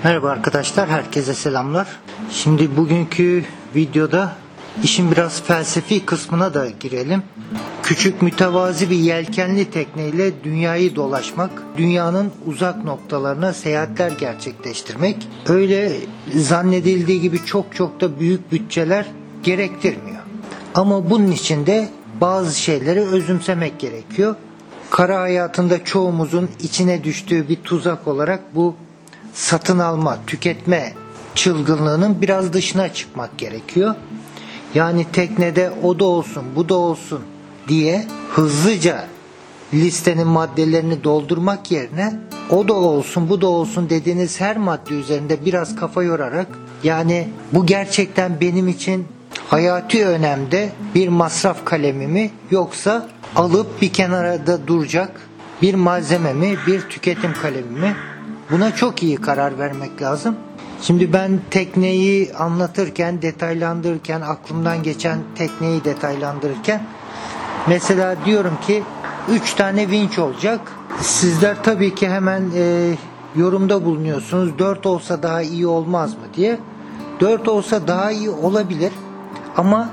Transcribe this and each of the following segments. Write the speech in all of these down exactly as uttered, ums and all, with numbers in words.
Merhaba arkadaşlar, herkese selamlar. Şimdi bugünkü videoda işin biraz felsefi kısmına da girelim. Küçük mütevazi bir yelkenli tekneyle dünyayı dolaşmak, dünyanın uzak noktalarına seyahatler gerçekleştirmek öyle zannedildiği gibi çok çok da büyük bütçeler gerektirmiyor. Ama bunun için de bazı şeyleri özümsemek gerekiyor. Kara hayatında çoğumuzun içine düştüğü bir tuzak olarak bu satın alma, tüketme çılgınlığının biraz dışına çıkmak gerekiyor. Yani teknede o da olsun, bu da olsun diye hızlıca listenin maddelerini doldurmak yerine o da olsun, bu da olsun dediğiniz her madde üzerinde biraz kafa yorarak, yani bu gerçekten benim için hayati önemde bir masraf kalemi mi, yoksa alıp bir kenarda duracak bir malzeme mi, bir tüketim kalemi mi? Buna çok iyi karar vermek lazım. Şimdi ben tekneyi anlatırken, detaylandırırken, aklımdan geçen tekneyi detaylandırırken mesela diyorum ki üç tane vinç olacak. Sizler tabii ki hemen e, yorumda bulunuyorsunuz. dört olsa daha iyi olmaz mı diye. dört olsa daha iyi olabilir. Ama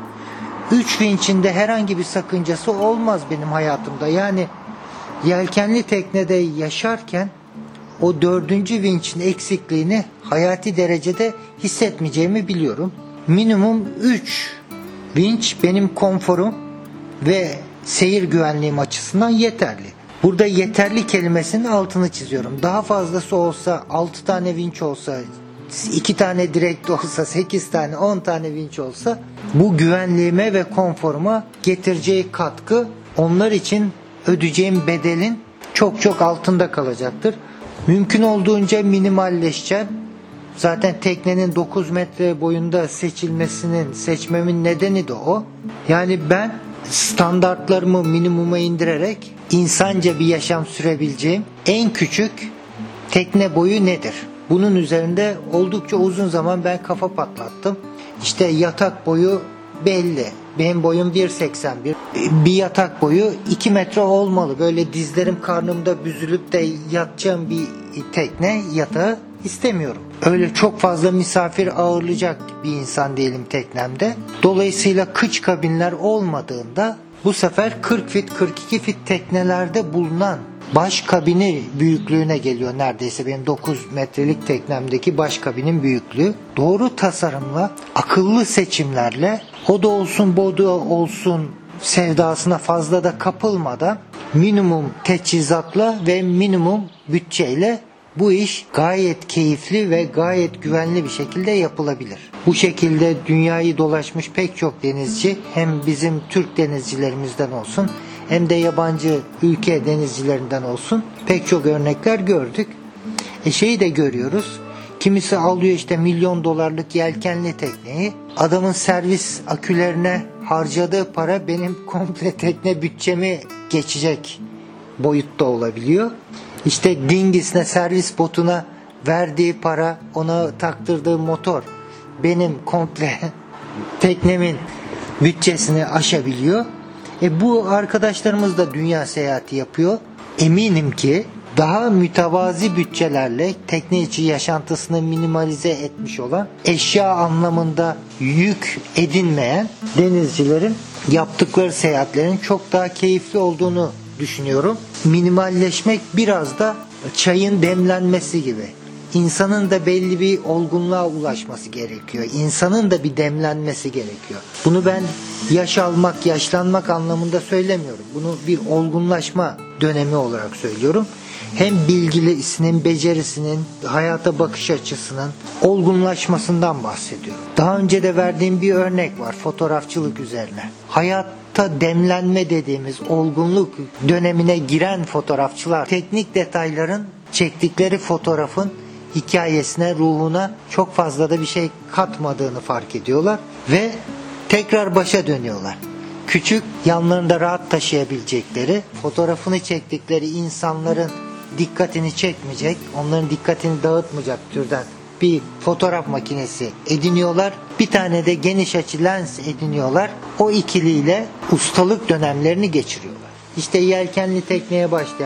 üç vinçin de herhangi bir sakıncası olmaz benim hayatımda. Yani yelkenli teknede yaşarken o dördüncü vinçin eksikliğini hayati derecede hissetmeyeceğimi biliyorum. Minimum üç vinç benim konforum ve seyir güvenliğim açısından yeterli. Burada yeterli kelimesinin altını çiziyorum. Daha fazlası olsa, altı tane vinç olsa, iki tane direkt olsa, sekiz tane, on tane vinç olsa bu güvenliğime ve konforuma getireceği katkı onlar için ödeyeceğim bedelin çok çok altında kalacaktır. Mümkün olduğunca minimalleşeceğim. Zaten teknenin dokuz metre boyunda seçilmesinin, seçmemin nedeni de o. Yani ben standartlarımı minimuma indirerek insanca bir yaşam sürebileceğim en küçük tekne boyu nedir? Bunun üzerinde oldukça uzun zaman ben kafa patlattım. İşte yatak boyu belli. Benim boyum bir seksen bir. Bir yatak boyu iki metre olmalı. Böyle dizlerim karnımda büzülüp de yatacağım bir tekne yatağı istemiyorum. Öyle çok fazla misafir ağırlayacak bir insan değilim teknemde. Dolayısıyla kıç kabinler olmadığında bu sefer kırk fit kırk iki fit teknelerde bulunan baş kabini büyüklüğüne geliyor neredeyse benim dokuz metrelik teknemdeki baş kabinin büyüklüğü. Doğru tasarımla, akıllı seçimlerle, o da olsun bu da olsun sevdasına fazla da kapılmadan minimum teçhizatla ve minimum bütçeyle bu iş gayet keyifli ve gayet güvenli bir şekilde yapılabilir. Bu şekilde dünyayı dolaşmış pek çok denizci, hem bizim Türk denizcilerimizden olsun hem de yabancı ülke denizcilerinden olsun pek çok örnekler gördük. E şeyi de görüyoruz. Kimisi alıyor işte milyon dolarlık yelkenli tekneyi. Adamın servis akülerine harcadığı para benim komple tekne bütçemi geçecek boyutta olabiliyor. İşte dingisine, servis botuna verdiği para, ona taktırdığı motor benim komple teknemin bütçesini aşabiliyor. E bu arkadaşlarımız da dünya seyahati yapıyor. Eminim ki daha mütevazi bütçelerle tekne içi yaşantısını minimalize etmiş olan, eşya anlamında yük edinmeyen denizcilerin yaptıkları seyahatlerin çok daha keyifli olduğunu düşünüyorum. Minimalleşmek biraz da çayın demlenmesi gibi. İnsanın da belli bir olgunluğa ulaşması gerekiyor. İnsanın da bir demlenmesi gerekiyor. Bunu ben yaş almak, yaşlanmak anlamında söylemiyorum. Bunu bir olgunlaşma dönemi olarak söylüyorum. Hem bilgisinin, becerisinin, hayata bakış açısının olgunlaşmasından bahsediyorum. Daha önce de verdiğim bir örnek var fotoğrafçılık üzerine. Hayatta demlenme dediğimiz olgunluk dönemine giren fotoğrafçılar teknik detayların çektikleri fotoğrafın hikayesine, ruhuna çok fazla da bir şey katmadığını fark ediyorlar ve tekrar başa dönüyorlar. Küçük, yanlarında rahat taşıyabilecekleri, fotoğrafını çektikleri insanların dikkatini çekmeyecek, onların dikkatini dağıtmayacak türden bir fotoğraf makinesi ediniyorlar. Bir tane de geniş açı lens ediniyorlar. O ikiliyle ustalık dönemlerini geçiriyorlar. İşte yelkenli tekneye başlayan,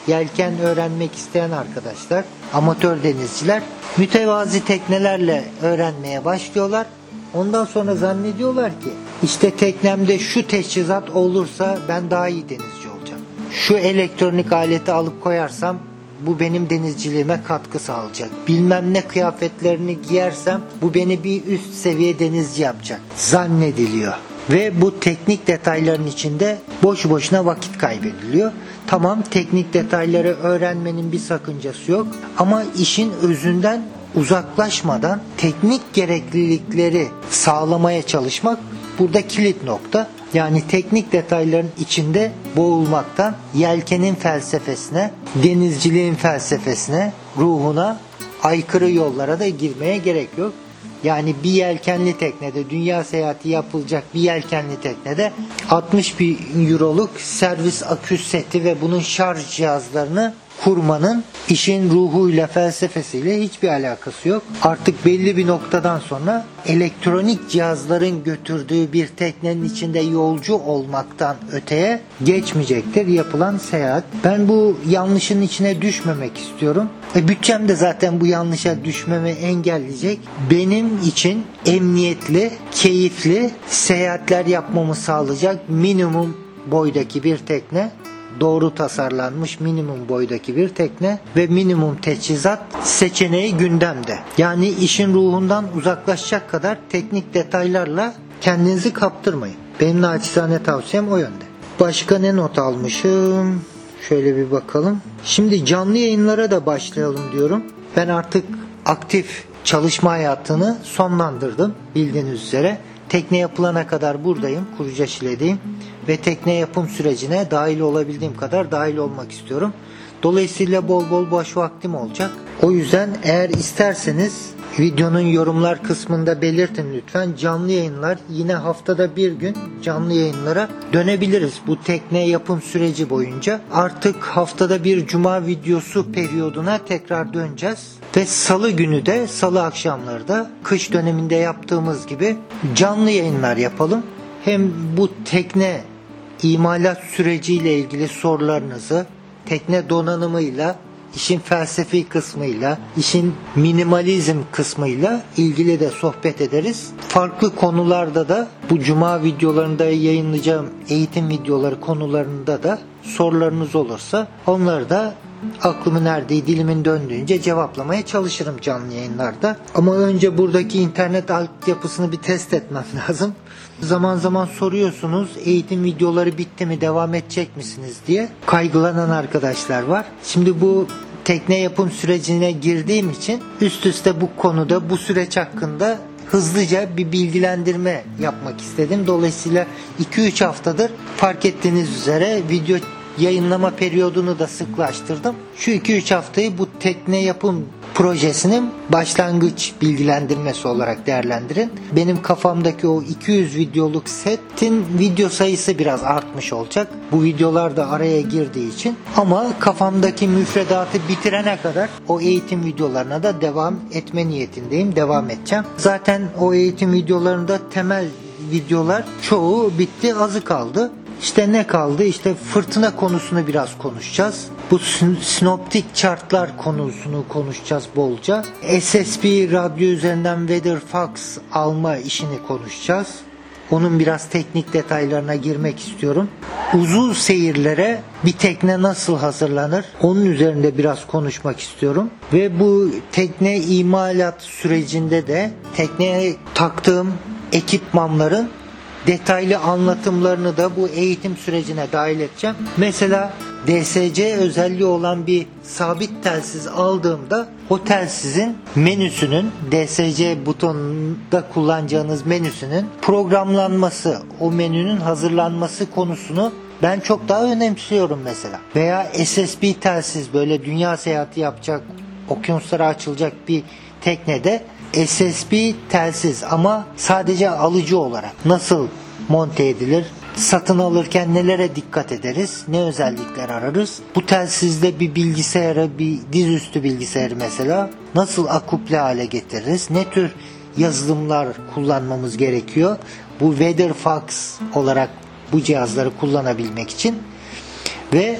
yelken öğrenmek isteyen arkadaşlar, amatör denizciler mütevazi teknelerle öğrenmeye başlıyorlar. Ondan sonra zannediyorlar ki işte teknemde şu teçhizat olursa ben daha iyi denizci olacağım. Şu elektronik aleti alıp koyarsam bu benim denizciliğime katkı sağlayacak. Bilmem ne kıyafetlerini giyersem bu beni bir üst seviye denizci yapacak zannediliyor. Ve bu teknik detayların içinde boşu boşuna vakit kaybediliyor. Tamam, teknik detayları öğrenmenin bir sakıncası yok. Ama işin özünden uzaklaşmadan teknik gereklilikleri sağlamaya çalışmak burada kilit nokta. Yani teknik detayların içinde boğulmaktan yelkenin felsefesine, denizciliğin felsefesine, ruhuna aykırı yollara da girmeye gerek yok. Yani bir yelkenli teknede, dünya seyahati yapılacak bir yelkenli teknede altmış bin euroluk servis akü seti ve bunun şarj cihazlarını kurmanın işin ruhuyla, felsefesiyle hiçbir alakası yok. Artık belli bir noktadan sonra elektronik cihazların götürdüğü bir teknenin içinde yolcu olmaktan öteye geçmeyecektir yapılan seyahat. Ben bu yanlışın içine düşmemek istiyorum. E bütçem de zaten bu yanlışa düşmemi engelleyecek. Benim için emniyetli, keyifli seyahatler yapmamı sağlayacak minimum boydaki bir tekne, doğru tasarlanmış minimum boydaki bir tekne ve minimum teçhizat seçeneği gündemde. Yani işin ruhundan uzaklaşacak kadar teknik detaylarla kendinizi kaptırmayın. Benim naçizane tavsiyem o yönde. Başka ne not almışım? Şöyle bir bakalım. Şimdi canlı yayınlara da başlayalım diyorum. Ben artık aktif çalışma hayatını sonlandırdım bildiğiniz üzere. Tekne yapılana kadar buradayım, Kurucaşile'deyim ve tekne yapım sürecine dahil olabildiğim kadar dahil olmak istiyorum. Dolayısıyla bol bol boş vaktim olacak. O yüzden eğer isterseniz videonun yorumlar kısmında belirtin lütfen. Canlı yayınlar, yine haftada bir gün canlı yayınlara dönebiliriz bu tekne yapım süreci boyunca. Artık haftada bir cuma videosu periyoduna tekrar döneceğiz. Ve salı günü de, salı akşamları da kış döneminde yaptığımız gibi canlı yayınlar yapalım. Hem bu tekne imalat süreciyle ilgili sorularınızı, tekne donanımıyla, işin felsefi kısmıyla, işin minimalizm kısmıyla ilgili de sohbet ederiz. Farklı konularda da bu cuma videolarında yayınlayacağım eğitim videoları konularında da sorularınız olursa onları da aklımın erdiği, dilimin döndüğünce cevaplamaya çalışırım canlı yayınlarda. Ama önce buradaki internet altyapısını bir test etmem lazım. Zaman zaman soruyorsunuz, eğitim videoları bitti mi, devam edecek misiniz diye kaygılanan arkadaşlar var. Şimdi bu tekne yapım sürecine girdiğim için üst üste bu konuda, bu süreç hakkında hızlıca bir bilgilendirme yapmak istedim. Dolayısıyla iki üç haftadır fark ettiğiniz üzere video yayınlama periyodunu da sıklaştırdım. Şu iki üç haftayı bu tekne yapım projesinin başlangıç bilgilendirmesi olarak değerlendirin. Benim kafamdaki o iki yüz videoluk setin video sayısı biraz artmış olacak. Bu videolar da araya girdiği için. Ama kafamdaki müfredatı bitirene kadar o eğitim videolarına da devam etme niyetindeyim. Devam edeceğim. Zaten o eğitim videolarında temel videolar çoğu bitti, azı kaldı. İşte ne kaldı? İşte fırtına konusunu biraz konuşacağız. Bu sinoptik chartlar konusunu konuşacağız bolca. S S B radyo üzerinden Weather Fox alma işini konuşacağız. Onun biraz teknik detaylarına girmek istiyorum. Uzun seyirlere bir tekne nasıl hazırlanır? Onun üzerinde biraz konuşmak istiyorum. Ve bu tekne imalat sürecinde de tekneye taktığım ekipmanların detaylı anlatımlarını da bu eğitim sürecine dahil edeceğim. Mesela D S C özelliği olan bir sabit telsiz aldığımda o telsizin menüsünün, D S C butonunda kullanacağınız menüsünün programlanması, o menünün hazırlanması konusunu ben çok daha önemsiyorum mesela. Veya S S B telsiz, böyle dünya seyahati yapacak, okyanuslara açılacak bir teknede S S B telsiz ama sadece alıcı olarak nasıl monte edilir? Satın alırken nelere dikkat ederiz? Ne özellikler ararız? Bu telsizde bir bilgisayarı, bir dizüstü bilgisayarı mesela nasıl akuple hale getiririz? Ne tür yazılımlar kullanmamız gerekiyor? Bu Weather Fox olarak bu cihazları kullanabilmek için. Ve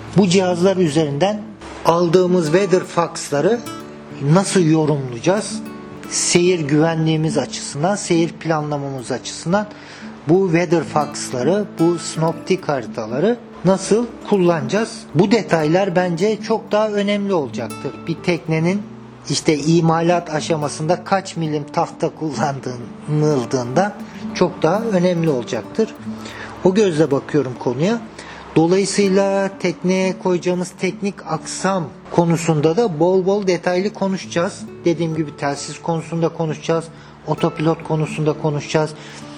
Bu cihazlar üzerinden aldığımız weather faxları nasıl yorumlayacağız? Seyir güvenliğimiz açısından, seyir planlamamız açısından bu weather faxları, bu synoptik haritaları nasıl kullanacağız? Bu detaylar bence çok daha önemli olacaktır. Bir teknenin işte imalat aşamasında kaç milim tahta kullanıldığında çok daha önemli olacaktır. O gözle bakıyorum konuya. Dolayısıyla tekneye koyacağımız teknik aksam konusunda da bol bol detaylı konuşacağız. Dediğim gibi telsiz konusunda konuşacağız. Otopilot konusunda konuşacağız.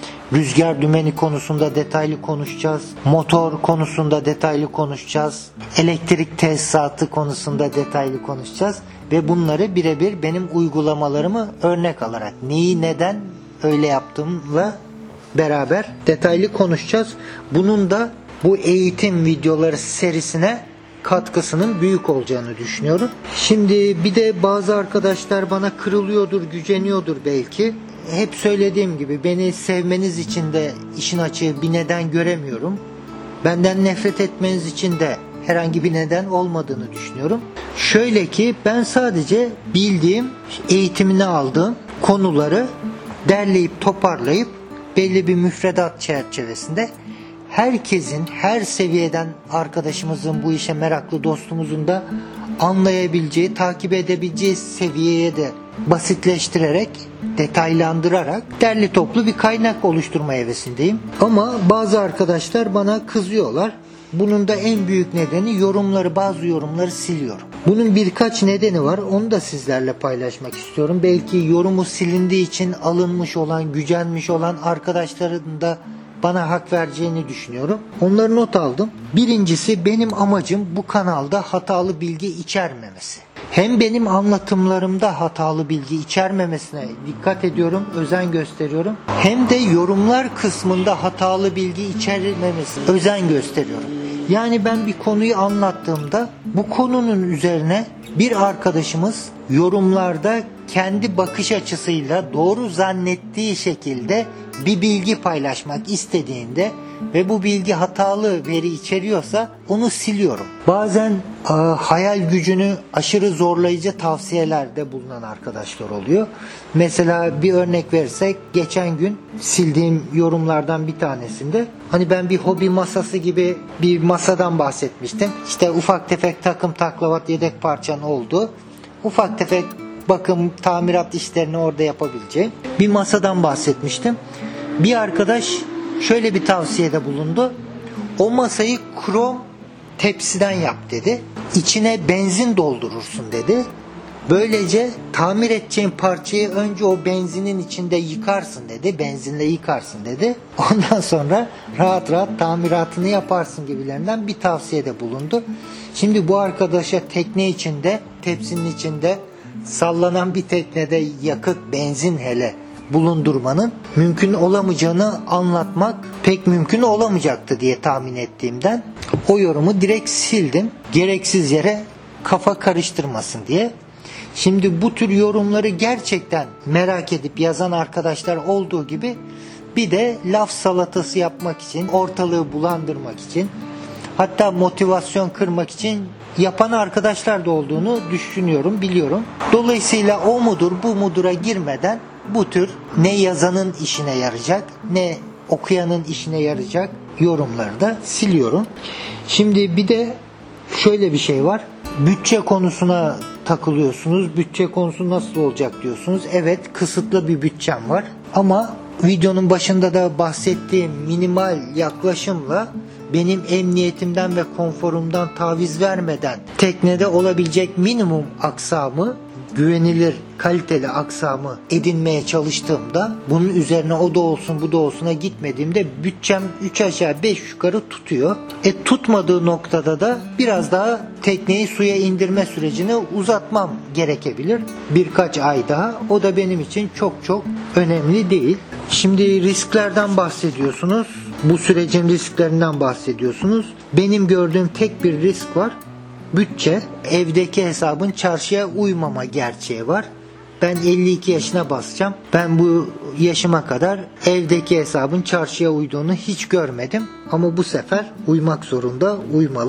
Rüzgar dümeni konusunda detaylı konuşacağız. Motor konusunda detaylı konuşacağız. Elektrik tesisatı konusunda detaylı konuşacağız. Ve bunları birebir benim uygulamalarımı örnek alarak neyi neden öyle yaptığımla beraber detaylı konuşacağız. Bunun da bu eğitim videoları serisine katkısının büyük olacağını düşünüyorum. Şimdi bir de bazı arkadaşlar bana kırılıyordur, güceniyordur belki. Hep söylediğim gibi beni sevmeniz için de işin açığı bir neden göremiyorum. Benden nefret etmeniz için de herhangi bir neden olmadığını düşünüyorum. Şöyle ki ben sadece bildiğim, eğitimini aldığım konuları derleyip toparlayıp belli bir müfredat çerçevesinde herkesin, her seviyeden arkadaşımızın, bu işe meraklı dostumuzun da anlayabileceği, takip edebileceği seviyeye de basitleştirerek, detaylandırarak derli toplu bir kaynak oluşturma hevesindeyim. Ama bazı arkadaşlar bana kızıyorlar. Bunun da en büyük nedeni yorumları, bazı yorumları siliyorum. Bunun birkaç nedeni var. Onu da sizlerle paylaşmak istiyorum. Belki yorumu silindiği için alınmış olan, gücenmiş olan arkadaşların da bana hak vereceğini düşünüyorum. Onları not aldım. Birincisi, benim amacım bu kanalda hatalı bilgi içermemesi. Hem benim anlatımlarımda hatalı bilgi içermemesine dikkat ediyorum, özen gösteriyorum. Hem de yorumlar kısmında hatalı bilgi içermemesine özen gösteriyorum. Yani ben bir konuyu anlattığımda bu konunun üzerine bir arkadaşımız yorumlarda kendi bakış açısıyla doğru zannettiği şekilde bir bilgi paylaşmak istediğinde ve bu bilgi hatalı veri içeriyorsa onu siliyorum. Bazen e, hayal gücünü aşırı zorlayıcı tavsiyelerde bulunan arkadaşlar oluyor. Mesela bir örnek verirsek, geçen gün sildiğim yorumlardan bir tanesinde hani ben bir hobi masası gibi bir masadan bahsetmiştim. İşte ufak tefek takım taklavat yedek parçan oldu. Ufak tefek bakım, tamirat işlerini orada yapabileceğim bir masadan bahsetmiştim. Bir arkadaş şöyle bir tavsiyede bulundu. O masayı krom tepsiden yap dedi. İçine benzin doldurursun dedi. Böylece tamir edeceğin parçayı önce o benzinin içinde yıkarsın dedi. Benzinle yıkarsın dedi. Ondan sonra rahat rahat tamiratını yaparsın gibilerinden bir tavsiyede bulundu. Şimdi bu arkadaşa tekne içinde, tepsinin içinde sallanan bir teknede yakıt, benzin hele bulundurmanın mümkün olamayacağını anlatmak pek mümkün olamayacaktı diye tahmin ettiğimden o yorumu direkt sildim. Gereksiz yere kafa karıştırmasın diye. Şimdi bu tür yorumları gerçekten merak edip yazan arkadaşlar olduğu gibi bir de laf salatası yapmak için, ortalığı bulandırmak için, hatta motivasyon kırmak için yapan arkadaşlar da olduğunu düşünüyorum, biliyorum. Dolayısıyla o mudur, bu mudura girmeden bu tür ne yazanın işine yarayacak, ne okuyanın işine yarayacak yorumları da siliyorum. Şimdi bir de şöyle bir şey var. Bütçe konusuna takılıyorsunuz. Bütçe konusu nasıl olacak diyorsunuz. Evet, kısıtlı bir bütçem var. Ama videonun başında da bahsettiğim minimal yaklaşımla benim emniyetimden ve konforumdan taviz vermeden teknede olabilecek minimum aksamı, güvenilir, kaliteli aksamı edinmeye çalıştığımda, bunun üzerine o da olsun bu da olsuna gitmediğimde bütçem üç aşağı beş yukarı tutuyor. E tutmadığı noktada da biraz daha tekneyi suya indirme sürecini uzatmam gerekebilir. Birkaç ay daha. O da benim için çok çok önemli değil. Şimdi risklerden bahsediyorsunuz. Bu sürecin risklerinden bahsediyorsunuz. Benim gördüğüm tek bir risk var. Bütçe. Evdeki hesabın çarşıya uymama gerçeği var. Ben elli iki yaşına basacağım. Ben bu yaşıma kadar evdeki hesabın çarşıya uyduğunu hiç görmedim. Ama bu sefer uymak zorunda, uymalı.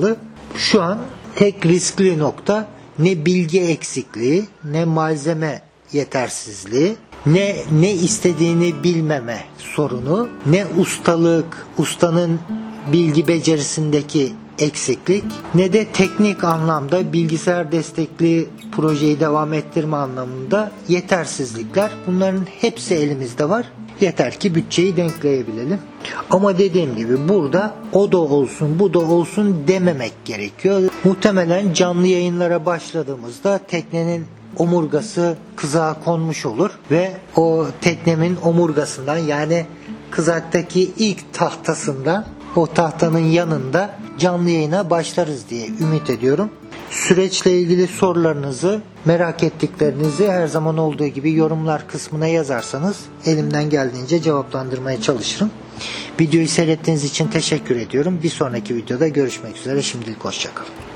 Şu an tek riskli nokta ne bilgi eksikliği, ne malzeme yetersizliği, ne ne istediğini bilmeme sorunu, ne ustalık, ustanın bilgi becerisindeki eksiklik, ne de teknik anlamda bilgisayar destekli projeyi devam ettirme anlamında yetersizlikler. Bunların hepsi elimizde var. Yeter ki bütçeyi denkleyebilelim. Ama dediğim gibi burada o da olsun bu da olsun dememek gerekiyor. Muhtemelen canlı yayınlara başladığımızda teknenin omurgası kızağa konmuş olur ve o teknemin omurgasından, yani kızaktaki ilk tahtasından, o tahtanın yanında canlı yayına başlarız diye ümit ediyorum. Süreçle ilgili sorularınızı, merak ettiklerinizi her zaman olduğu gibi yorumlar kısmına yazarsanız elimden geldiğince cevaplandırmaya çalışırım. Videoyu seyrettiğiniz için teşekkür ediyorum. Bir sonraki videoda görüşmek üzere. Şimdilik hoşça kalın.